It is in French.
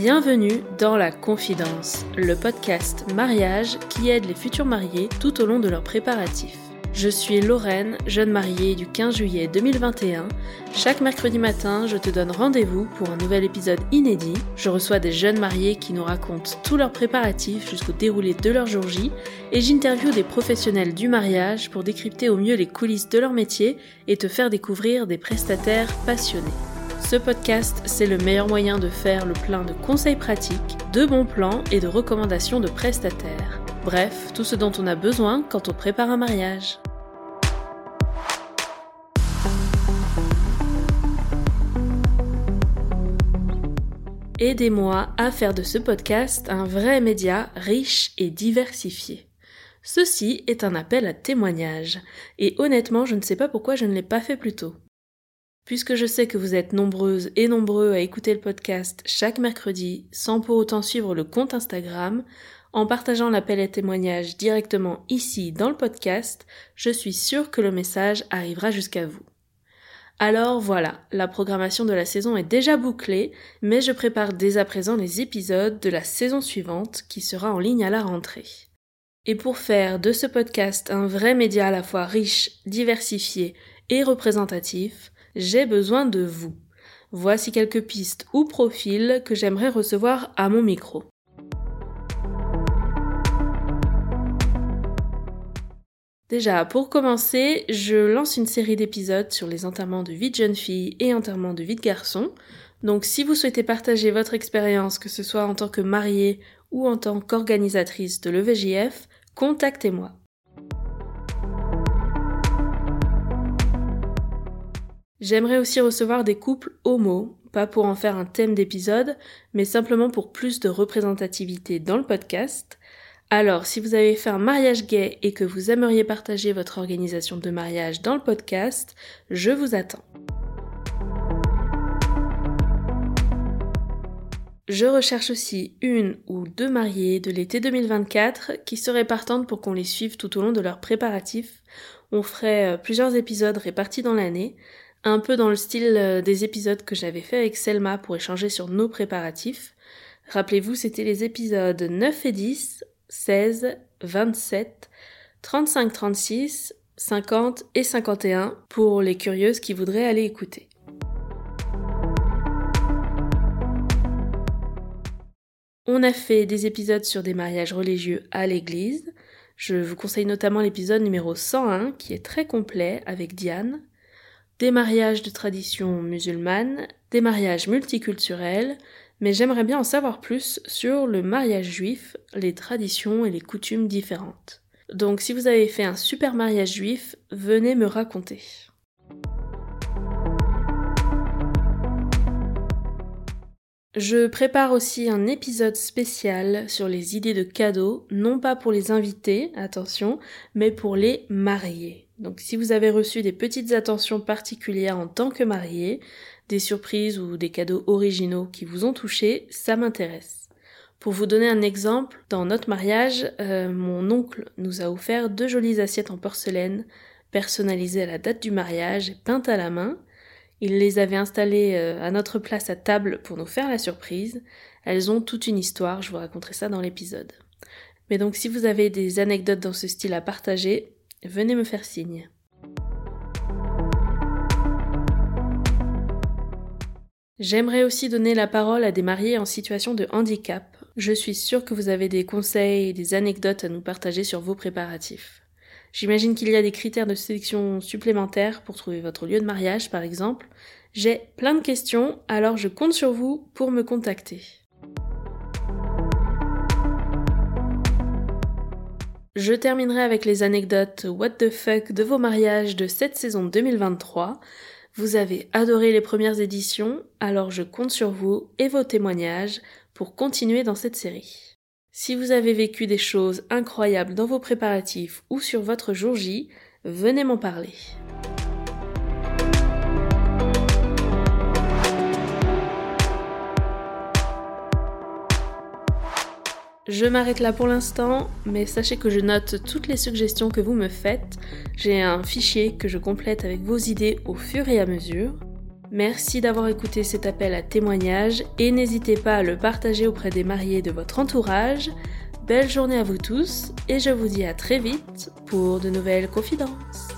Bienvenue dans La Confidence, le podcast mariage qui aide les futurs mariés tout au long de leurs préparatifs. Je suis Lorraine, jeune mariée du 15 juillet 2021. Chaque mercredi matin, je te donne rendez-vous pour un nouvel épisode inédit. Je reçois des jeunes mariés qui nous racontent tous leurs préparatifs jusqu'au déroulé de leur jour J et j'interviewe des professionnels du mariage pour décrypter au mieux les coulisses de leur métier et te faire découvrir des prestataires passionnés. Ce podcast, c'est le meilleur moyen de faire le plein de conseils pratiques, de bons plans et de recommandations de prestataires. Bref, tout ce dont on a besoin quand on prépare un mariage. Aidez-moi à faire de ce podcast un vrai média riche et diversifié. Ceci est un appel à témoignage, et honnêtement, je ne sais pas pourquoi je ne l'ai pas fait plus tôt. Puisque je sais que vous êtes nombreuses et nombreux à écouter le podcast chaque mercredi sans pour autant suivre le compte Instagram, en partageant l'appel à témoignage directement ici dans le podcast, je suis sûre que le message arrivera jusqu'à vous. Alors voilà, la programmation de la saison est déjà bouclée, mais je prépare dès à présent les épisodes de la saison suivante qui sera en ligne à la rentrée. Et pour faire de ce podcast un vrai média à la fois riche, diversifié et représentatif, j'ai besoin de vous. Voici quelques pistes ou profils que j'aimerais recevoir à mon micro. Déjà, pour commencer, je lance une série d'épisodes sur les enterrements de vie de jeune fille et enterrements de vie de garçon. Donc si vous souhaitez partager votre expérience, que ce soit en tant que mariée ou en tant qu'organisatrice de l'EVJF, contactez-moi. J'aimerais aussi recevoir des couples homo, pas pour en faire un thème d'épisode, mais simplement pour plus de représentativité dans le podcast. Alors, si vous avez fait un mariage gay et que vous aimeriez partager votre organisation de mariage dans le podcast, je vous attends. Je recherche aussi une ou deux mariées de l'été 2024 qui seraient partantes pour qu'on les suive tout au long de leurs préparatifs. On ferait plusieurs épisodes répartis dans l'année, un peu dans le style des épisodes que j'avais fait avec Selma pour échanger sur nos préparatifs. Rappelez-vous, c'était les épisodes 9 et 10, 16, 27, 35, 36, 50 et 51 pour les curieuses qui voudraient aller écouter. On a fait des épisodes sur des mariages religieux à l'église. Je vous conseille notamment l'épisode numéro 101 qui est très complet avec Diane. Des mariages de tradition musulmane, des mariages multiculturels, mais j'aimerais bien en savoir plus sur le mariage juif, les traditions et les coutumes différentes. Donc si vous avez fait un super mariage juif, venez me raconter. Je prépare aussi un épisode spécial sur les idées de cadeaux, non pas pour les invités, attention, mais pour les mariés. Donc si vous avez reçu des petites attentions particulières en tant que marié, des surprises ou des cadeaux originaux qui vous ont touché, ça m'intéresse. Pour vous donner un exemple, dans notre mariage, mon oncle nous a offert 2 jolies assiettes en porcelaine, personnalisées à la date du mariage et peintes à la main. Il les avait installées à notre place à table pour nous faire la surprise. Elles ont toute une histoire, je vous raconterai ça dans l'épisode. Mais donc si vous avez des anecdotes dans ce style à partager, venez me faire signe. J'aimerais aussi donner la parole à des mariés en situation de handicap. Je suis sûre que vous avez des conseils et des anecdotes à nous partager sur vos préparatifs. J'imagine qu'il y a des critères de sélection supplémentaires pour trouver votre lieu de mariage, par exemple. J'ai plein de questions, alors je compte sur vous pour me contacter. Je terminerai avec les anecdotes what the fuck de vos mariages de cette saison 2023. Vous avez adoré les premières éditions, alors je compte sur vous et vos témoignages pour continuer dans cette série. Si vous avez vécu des choses incroyables dans vos préparatifs ou sur votre jour J, venez m'en parler. Je m'arrête là pour l'instant, mais sachez que je note toutes les suggestions que vous me faites. J'ai un fichier que je complète avec vos idées au fur et à mesure. Merci d'avoir écouté cet appel à témoignage et n'hésitez pas à le partager auprès des mariés de votre entourage. Belle journée à vous tous et je vous dis à très vite pour de nouvelles confidences.